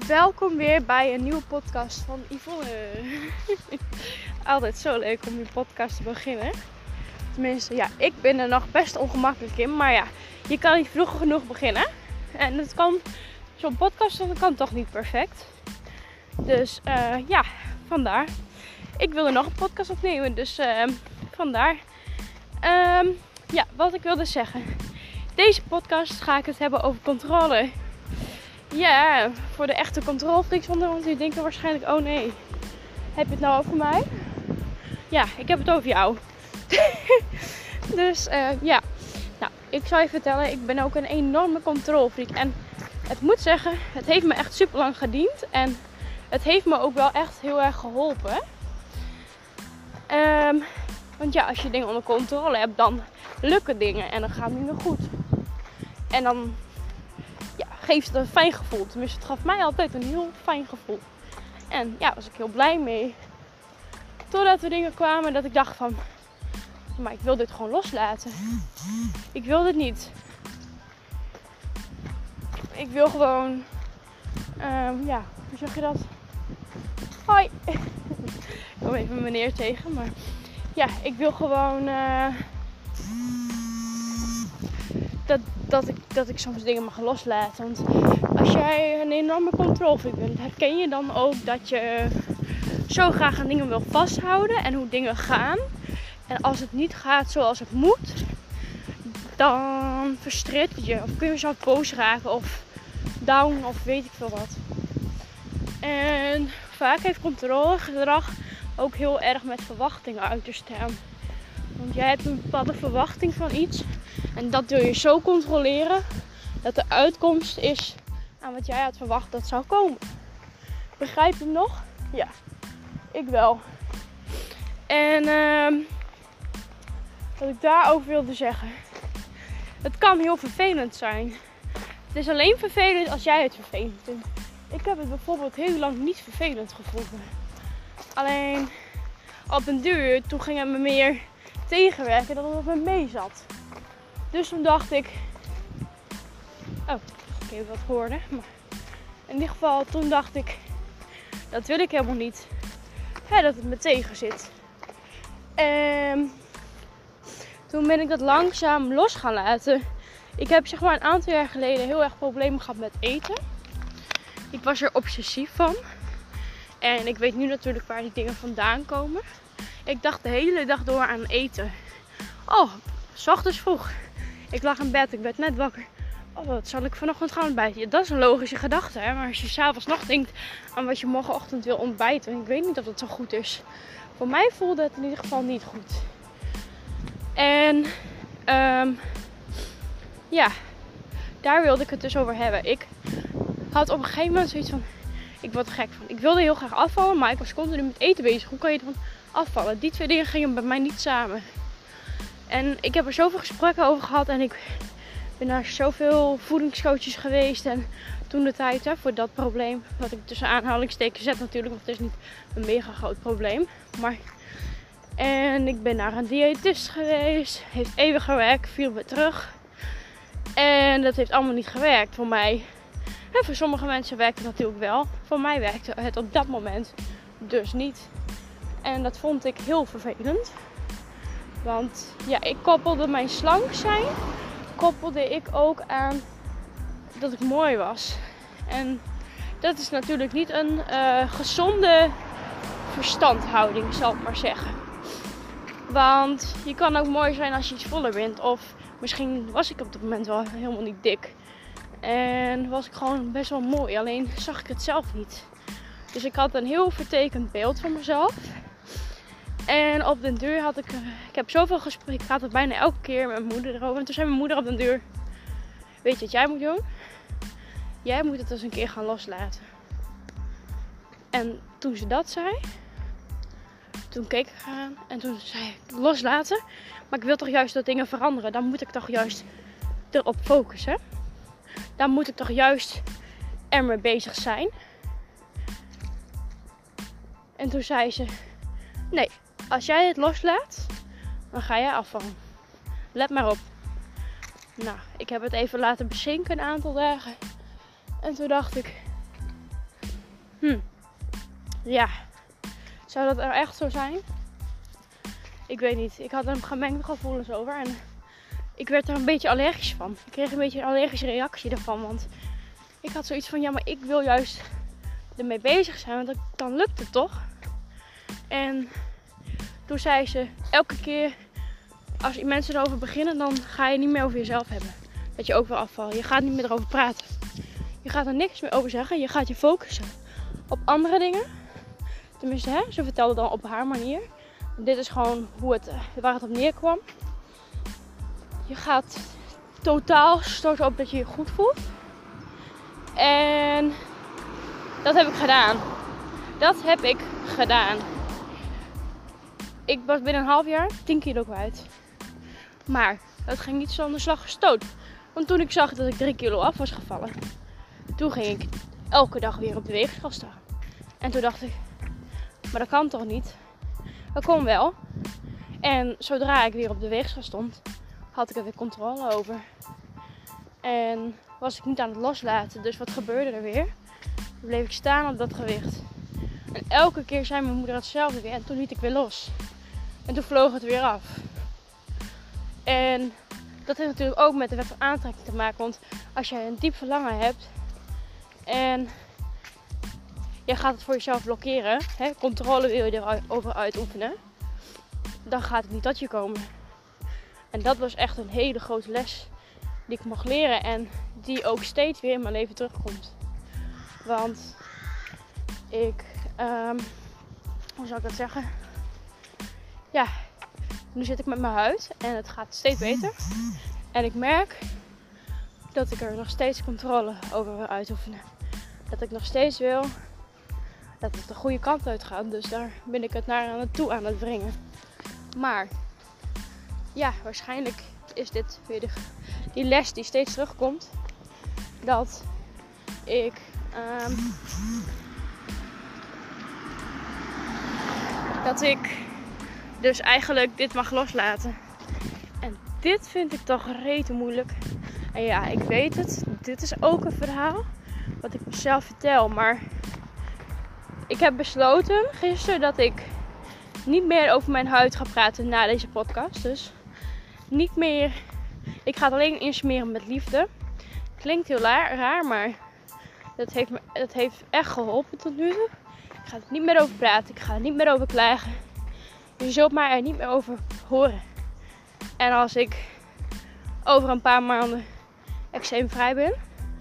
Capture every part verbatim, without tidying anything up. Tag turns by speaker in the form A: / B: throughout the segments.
A: Welkom weer bij een nieuwe podcast van Yvonne. Altijd zo leuk om die podcast te beginnen. Tenminste, ja, ik ben er nog best ongemakkelijk in. Maar ja, je kan niet vroeg genoeg beginnen. En het kan, zo'n podcast dat kan toch niet perfect. Dus uh, ja, vandaar. Ik wilde nog een podcast opnemen, dus uh, vandaar. Um, ja, wat ik wilde zeggen. Deze podcast ga ik het hebben over controle. Ja, voor de echte controlefreaks onder ons, die denken waarschijnlijk, oh nee, heb je het nou over mij? Ja, ik heb het over jou. Dus uh, ja, nou, ik zal je vertellen, ik ben ook een enorme controlefreak. En het moet zeggen, het heeft me echt super lang gediend. En het heeft me ook wel echt heel erg geholpen. Um, want ja, als je dingen onder controle hebt, dan lukken dingen en dan gaat het niet meer goed. En dan ja, geeft het een fijn gevoel. Tenminste, het gaf mij altijd een heel fijn gevoel. En ja, daar was ik heel blij mee. Totdat er dingen kwamen dat ik dacht van, maar ik wil dit gewoon loslaten. Ik wil dit niet. Ik wil gewoon, um, ja, hoe zeg je dat? Hoi. Ik kom even meneer tegen, maar ja, ik wil gewoon uh, dat, dat, ik, dat ik soms dingen mag loslaten. Want als jij een enorme controlefreak bent, herken je dan ook dat je zo graag aan dingen wil vasthouden en hoe dingen gaan. En als het niet gaat zoals het moet, dan frustreert het je. Of kun je zelf boos raken of down of weet ik veel wat. En vaak heeft controlegedrag ook heel erg met verwachtingen uit te staan. Want jij hebt een bepaalde verwachting van iets. En dat wil je zo controleren dat de uitkomst is aan wat jij had verwacht dat zou komen. Begrijp je hem nog? Ja, ik wel. En uh, wat ik daarover wilde zeggen. Het kan heel vervelend zijn. Het is alleen vervelend als jij het vervelend vindt. Ik heb het bijvoorbeeld heel lang niet vervelend gevonden. Alleen op een duur, toen ging het me meer tegenwerken dan dat het me mee zat. Dus toen dacht ik, oh, ik heb wat hoorde. Maar in ieder geval, toen dacht ik, dat wil ik helemaal niet. Hè, dat het me tegen zit. En toen ben ik dat langzaam los gaan laten. Ik heb zeg maar een aantal jaar geleden heel erg problemen gehad met eten. Ik was er obsessief van. En ik weet nu natuurlijk waar die dingen vandaan komen. Ik dacht de hele dag door aan eten. Oh, 's ochtends vroeg. Ik lag in bed, ik werd net wakker. Oh, wat zal ik vanochtend gaan ontbijten? Ja, dat is een logische gedachte, hè. Maar als je s'avonds nog denkt aan wat je morgenochtend wil ontbijten. Ik weet niet of dat zo goed is. Voor mij voelde het in ieder geval niet goed. En um, ja, daar wilde ik het dus over hebben. Ik had op een gegeven moment zoiets van, ik word er gek van. Ik wilde heel graag afvallen, maar ik was continu met eten bezig. Hoe kan je dan afvallen? Die twee dingen gingen bij mij niet samen. En ik heb er zoveel gesprekken over gehad en ik ben naar zoveel voedingscoaches geweest. En toen de tijd, hè, voor dat probleem, wat ik tussen aanhalingstekens zet natuurlijk, want het is niet een mega groot probleem. Maar en ik ben naar een diëtist geweest, heeft even gewerkt, viel weer terug. En dat heeft allemaal niet gewerkt voor mij. En voor sommige mensen werkt het natuurlijk wel. Voor mij werkte het op dat moment dus niet. En dat vond ik heel vervelend. Want ja, ik koppelde mijn slank zijn, koppelde ik ook aan dat ik mooi was. En dat is natuurlijk niet een uh, gezonde verstandhouding, zal ik maar zeggen. Want je kan ook mooi zijn als je iets voller bent. Of misschien was ik op dat moment wel helemaal niet dik. En was ik gewoon best wel mooi. Alleen zag ik het zelf niet. Dus ik had een heel vertekend beeld van mezelf. En op den duur had ik... Ik heb zoveel gesprekken. Ik had het bijna elke keer met mijn moeder erover. En toen zei mijn moeder op den duur, weet je wat jij moet doen? Jij moet het eens een keer gaan loslaten. En toen ze dat zei, toen keek ik aan en toen zei ik, loslaten? Maar ik wil toch juist dat dingen veranderen. Dan moet ik toch juist erop focussen. Dan moet ik toch juist ermee bezig zijn. En toen zei ze, nee, als jij het loslaat, dan ga jij afvallen. Let maar op. Nou, ik heb het even laten bezinken een aantal dagen. En toen dacht ik, Hm. Ja. Zou dat er echt zo zijn? Ik weet niet. Ik had er gemengde gevoelens over. En ik werd er een beetje allergisch van. Ik kreeg een beetje een allergische reactie ervan. Want ik had zoiets van, ja, maar ik wil juist ermee bezig zijn. Want dan lukt het toch? En toen zei ze, elke keer als mensen erover beginnen, dan ga je niet meer over jezelf hebben. Dat je ook wil afvallen. Je gaat niet meer erover praten. Je gaat er niks meer over zeggen. Je gaat je focussen op andere dingen. Tenminste, hè? Ze vertelde dan op haar manier. Dit is gewoon hoe het, waar het op neerkwam. Je gaat totaal storten op dat je je goed voelt. En dat heb ik gedaan. Dat heb ik gedaan. Ik was binnen een half jaar tien kilo kwijt. Maar het ging niet zo aan de slag gestoot. Want toen ik zag dat ik drie kilo af was gevallen, toen ging ik elke dag weer op de weegschaal staan. En toen dacht ik, maar dat kan toch niet? Dat kon wel. En zodra ik weer op de weegschaal stond, had ik er weer controle over. En was ik niet aan het loslaten. Dus wat gebeurde er weer? Dan bleef ik staan op dat gewicht. En elke keer zei mijn moeder hetzelfde weer. En toen liet ik weer los. En toen vloog het weer af. En dat heeft natuurlijk ook met de wet van aantrekking te maken. Want als je een diep verlangen hebt en jij gaat het voor jezelf blokkeren, hè, controle wil je erover uitoefenen, dan gaat het niet tot je komen. En dat was echt een hele grote les die ik mocht leren en die ook steeds weer in mijn leven terugkomt. Want ik, um, hoe zou ik dat zeggen? Ja, nu zit ik met mijn huid en het gaat steeds beter. En ik merk dat ik er nog steeds controle over wil uitoefenen. Dat ik nog steeds wil dat het de goede kant uit gaat. Dus daar ben ik het naar naartoe aan het brengen. Maar ja, waarschijnlijk is dit weer de, die les die steeds terugkomt. Dat ik um, dat ik dus eigenlijk dit mag loslaten. En dit vind ik toch rete moeilijk. En ja, ik weet het. Dit is ook een verhaal wat ik mezelf vertel. Maar ik heb besloten gisteren dat ik niet meer over mijn huid ga praten na deze podcast. Dus niet meer. Ik ga het alleen insmeren met liefde. Klinkt heel raar, maar dat heeft, me, dat heeft echt geholpen tot nu toe. Ik ga er niet meer over praten. Ik ga er niet meer over klagen. Je zult mij er niet meer over horen. En als ik over een paar maanden eczeemvrij ben.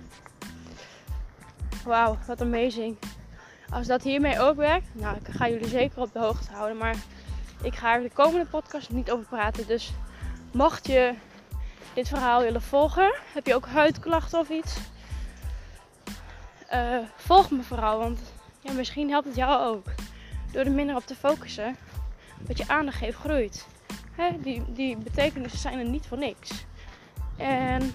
A: Wauw, wat amazing. Als dat hiermee ook werkt, nou, ik ga jullie zeker op de hoogte houden. Maar ik ga er de komende podcast niet over praten. Dus mocht je dit verhaal willen volgen, heb je ook huidklachten of iets, uh, volg me vooral. Want ja, misschien helpt het jou ook. Door er minder op te focussen. Wat je aandacht geeft groeit. Hè? Die, die betekenissen zijn er niet voor niks. En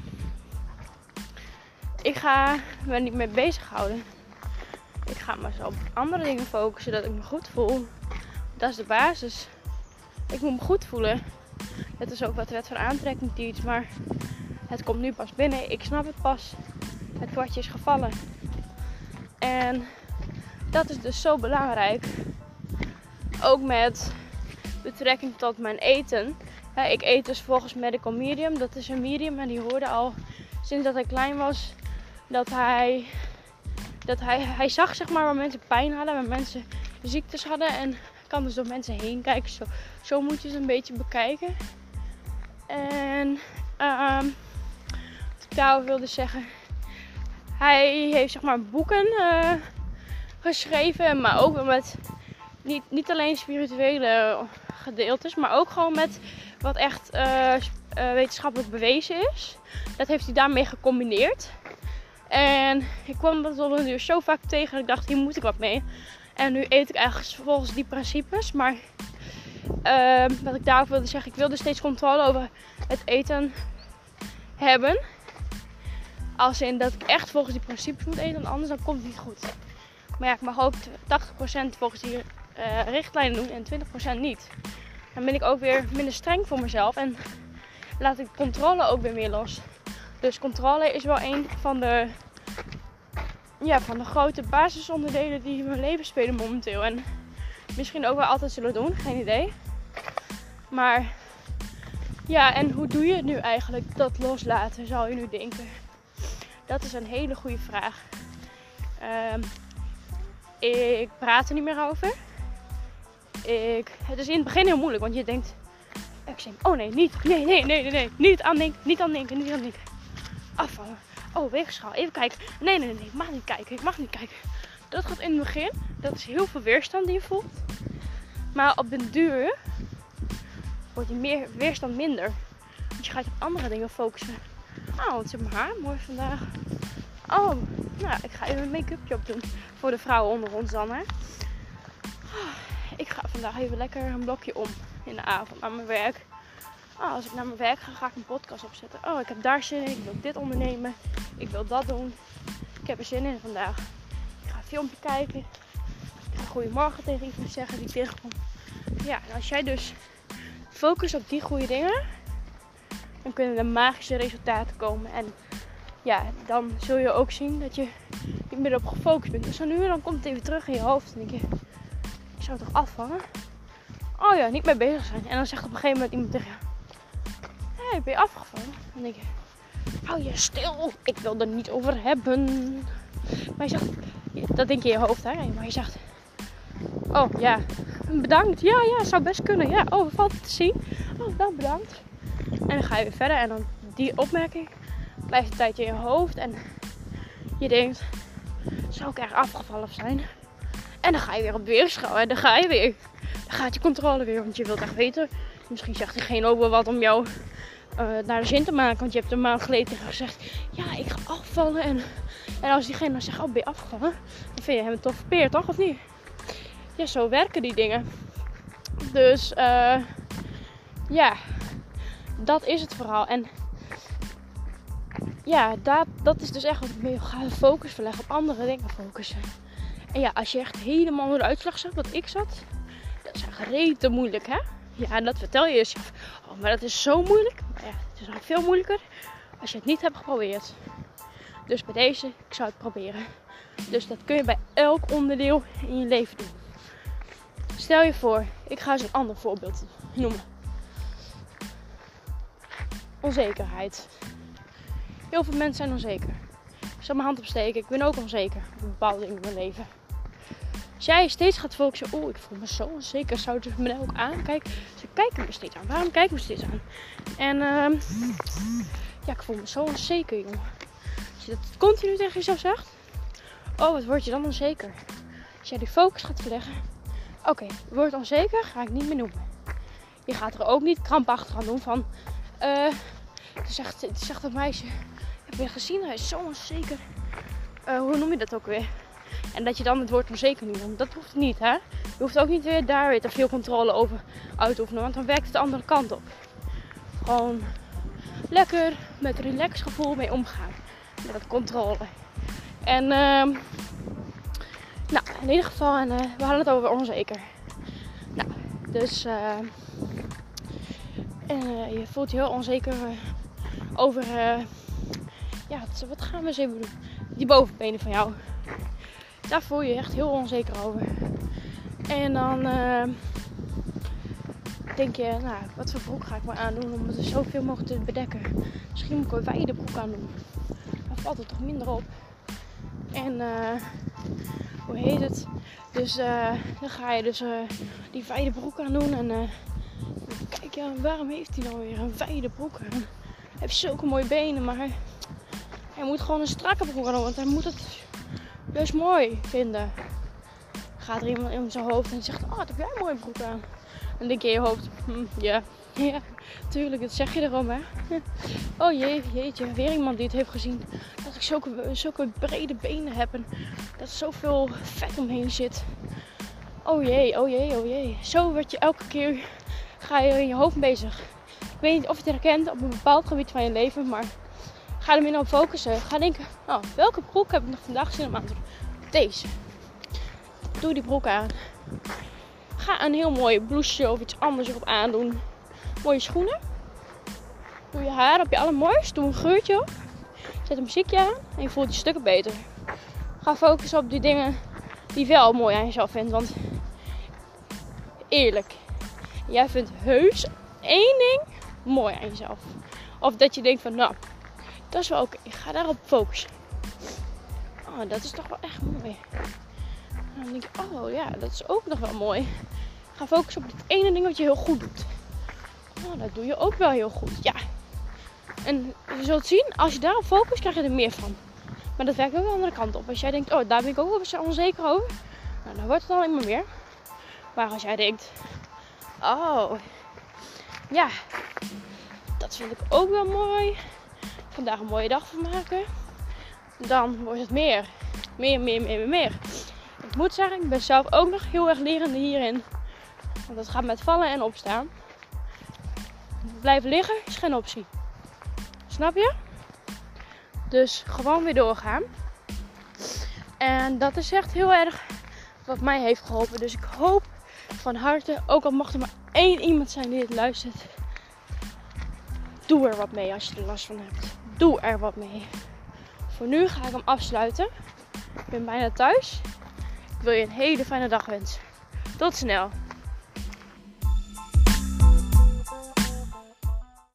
A: ik ga me er niet mee bezighouden. Ik ga me zo op andere dingen focussen. Dat ik me goed voel. Dat is de basis. Ik moet me goed voelen. Het is ook wat de wet van aantrekking teach. Maar het komt nu pas binnen. Ik snap het pas. Het kwartje is gevallen. En dat is dus zo belangrijk. Ook met betrekking tot mijn eten. Ja, ik eet dus volgens Medical Medium. Dat is een medium en die hoorde al sinds dat hij klein was dat hij, dat hij, hij zag zeg maar waar mensen pijn hadden, waar mensen ziektes hadden en kan dus door mensen heen kijken. Zo, zo moet je het een beetje bekijken. En um, wat ik daarover wilde zeggen, hij heeft zeg maar boeken uh, geschreven, maar ook met niet, niet alleen spirituele gedeeltes, maar ook gewoon met wat echt uh, uh, wetenschappelijk bewezen is. Dat heeft hij daarmee gecombineerd. En ik kwam dat op een uur zo vaak tegen dat ik dacht, hier moet ik wat mee. En nu eet ik eigenlijk volgens die principes. Maar uh, wat ik daarover wilde zeggen, ik wilde steeds controle over het eten hebben. Als in dat ik echt volgens die principes moet eten, anders dan komt het niet goed. Maar ja, ik mag ook tachtig procent volgens die uh, richtlijnen doen en twintig procent niet. Dan ben ik ook weer minder streng voor mezelf en laat ik controle ook weer meer los. Dus controle is wel een van de ja, van de grote basisonderdelen die in mijn leven spelen momenteel. En misschien ook wel altijd zullen doen, geen idee. Maar ja, en hoe doe je het nu eigenlijk, dat loslaten, zou je nu denken? Dat is een hele goede vraag. Um, ik praat er niet meer over. Ik, het is in het begin heel moeilijk, want je denkt... Ik zeg, oh nee, niet, nee, nee, nee, nee, nee, niet aan denken, niet aan denken, niet aan denken. Afvallen. Oh, weegschaal, even kijken. Nee, nee, nee, ik mag niet kijken, ik mag niet kijken. Dat gaat in het begin, dat is heel veel weerstand die je voelt. Maar op den duur wordt die meer, weerstand minder. Want je gaat op andere dingen focussen. Oh, wat zit mijn haar mooi vandaag. Oh, nou, ik ga even een make-upje op doen. Voor de vrouwen onder ons dan, hè. Ik ga vandaag even lekker een blokje om in de avond naar mijn werk. Oh, als ik naar mijn werk ga, ga ik een podcast opzetten. Oh, ik heb daar zin in. Ik wil dit ondernemen. Ik wil dat doen. Ik heb er zin in vandaag. Ik ga een filmpje kijken. Ik ga goedemorgen tegen iemand zeggen die tegenkomt. Ja, en als jij dus focust op die goede dingen, dan kunnen er magische resultaten komen. En ja, dan zul je ook zien dat je niet meer op gefocust bent. Dus dan nu en dan komt het even terug in je hoofd. En denk je, ik zou het toch afvangen? Oh ja, niet mee bezig zijn. En dan zegt op een gegeven moment iemand tegen je, hé, hey, ben je afgevallen? Dan denk je, hou je stil, ik wil er niet over hebben. Maar je zegt, dat denk je in je hoofd, hè? Maar je zegt, oh ja, bedankt. Ja, ja, zou best kunnen. Ja, oh, valt het te zien? Oh, dan bedankt. En dan ga je weer verder en dan die opmerking blijft een tijdje in je hoofd. En je denkt, zou ik erg afgevallen zijn? En dan ga je weer op de weegschaal en dan ga je weer. Dan gaat je controle weer, want je wilt echt weten. Misschien zegt diegene ook wel wat om jou uh, naar de zin te maken. Want je hebt een maand geleden tegen gezegd, ja, ik ga afvallen. En, en als diegene dan zegt, oh, ben je afgevallen? Dan vind je hem een toffe peer, toch? Of niet? Ja, zo werken die dingen. Dus, uh, ja, dat is het vooral. En ja, dat, dat is dus echt wat ik mee ga focus verleggen. Op andere dingen focussen. En ja, als je echt helemaal onder de uitslag zat, wat ik zat, dat is echt rete moeilijk, hè? Ja, en dat vertel je jezelf. Oh, maar dat is zo moeilijk. Maar ja, het is nog veel moeilijker als je het niet hebt geprobeerd. Dus bij deze, ik zou het proberen. Dus dat kun je bij elk onderdeel in je leven doen. Stel je voor, ik ga eens een ander voorbeeld noemen. Onzekerheid. Heel veel mensen zijn onzeker. Ik zal mijn hand opsteken, ik ben ook onzeker op bepaalde dingen in mijn leven. Als jij steeds gaat focussen, oh, ik voel me zo onzeker, zouden ze me ook aankijken? Ze kijken me steeds aan. Waarom kijken me steeds aan? En uh, ja, ik voel me zo onzeker, jongen. Als je dat continu tegen jezelf zegt, oh, wat word je dan onzeker? Als jij die focus gaat verleggen, oké, okay, word onzeker, ga ik niet meer noemen. Je gaat er ook niet krampachtig aan doen van, uh, het zegt, het zegt dat meisje, heb je gezien, hij is zo onzeker. Uh, hoe noem je dat ook weer? En dat je dan het woord onzeker niet noemt. Dat hoeft niet, hè. Je hoeft ook niet weer daar weer te veel controle over uit te oefenen. Want dan werkt het de andere kant op. Gewoon lekker met een relaxed gevoel mee omgaan. Met dat controle. En uh, nou, in ieder geval, en, uh, we hadden het over onzeker. Nou, dus uh, en, uh, je voelt je heel onzeker uh, over, uh, ja, wat gaan we eens even doen? Die bovenbenen van jou. Daar voel je je echt heel onzeker over. En dan uh, denk je, nou, wat voor broek ga ik maar aandoen om het zoveel mogelijk te bedekken. Misschien moet ik een wijde broek aandoen. Dan valt het toch minder op. En uh, hoe heet het? Dus uh, dan ga je dus uh, die wijde broek aandoen. En uh, kijk, ja, waarom heeft hij nou weer een wijde broek aan? Hij heeft zulke mooie benen, maar hij, hij moet gewoon een strakke broek aan doen. Want hij moet het juist mooi vinden. Gaat er iemand in zijn hoofd en zegt, oh, wat heb jij een mooie broek aan? Dan denk je in je hoofd, hm, ja, ja, tuurlijk, dat zeg je erom, hè. Oh jee, jeetje, weer iemand die het heeft gezien. Dat ik zulke, zulke brede benen heb en dat er zoveel vet omheen zit. Oh jee, oh jee, oh jee. Zo word je elke keer, ga je in je hoofd bezig. Ik weet niet of je het herkent op een bepaald gebied van je leven, maar ga er minder op focussen. Ga denken, oh, welke broek heb ik nog vandaag zin om aan te doen? Deze. Doe die broek aan. Ga een heel mooi blouseje of iets anders erop aandoen. Mooie schoenen. Doe je haar op je allermooist. Doe een geurtje op. Zet een muziekje aan en je voelt je stukken beter. Ga Ga focussen op die dingen die je wel mooi aan jezelf vindt. Want eerlijk, jij vindt heus één ding mooi aan jezelf. Of dat je denkt van, nou, dat is wel oké. Ik ga daarop focussen. Oh, dat is toch wel echt mooi. En dan denk ik, oh ja, dat is ook nog wel mooi. Ga focussen op het ene ding wat je heel goed doet. Oh, dat doe je ook wel heel goed. Ja. En je zult zien, als je daarop focust, krijg je er meer van. Maar dat werkt ook de andere kant op. Als jij denkt, oh, daar ben ik ook wel onzeker over. Nou, dan wordt het alleen maar meer. Maar als jij denkt, oh, ja, dat vind ik ook wel mooi. Vandaag een mooie dag van maken. Dan wordt het meer. Meer, meer, meer, meer, meer. Ik moet zeggen, ik ben zelf ook nog heel erg lerende hierin. Want het gaat met vallen en opstaan. Blijven liggen is geen optie. Snap je? Dus gewoon weer doorgaan. En dat is echt heel erg wat mij heeft geholpen. Dus ik hoop van harte, ook al mocht er maar één iemand zijn die dit luistert. Doe er wat mee als je er last van hebt. Doe er wat mee. Voor nu ga ik hem afsluiten. Ik ben bijna thuis. Ik wil je een hele fijne dag wensen. Tot snel.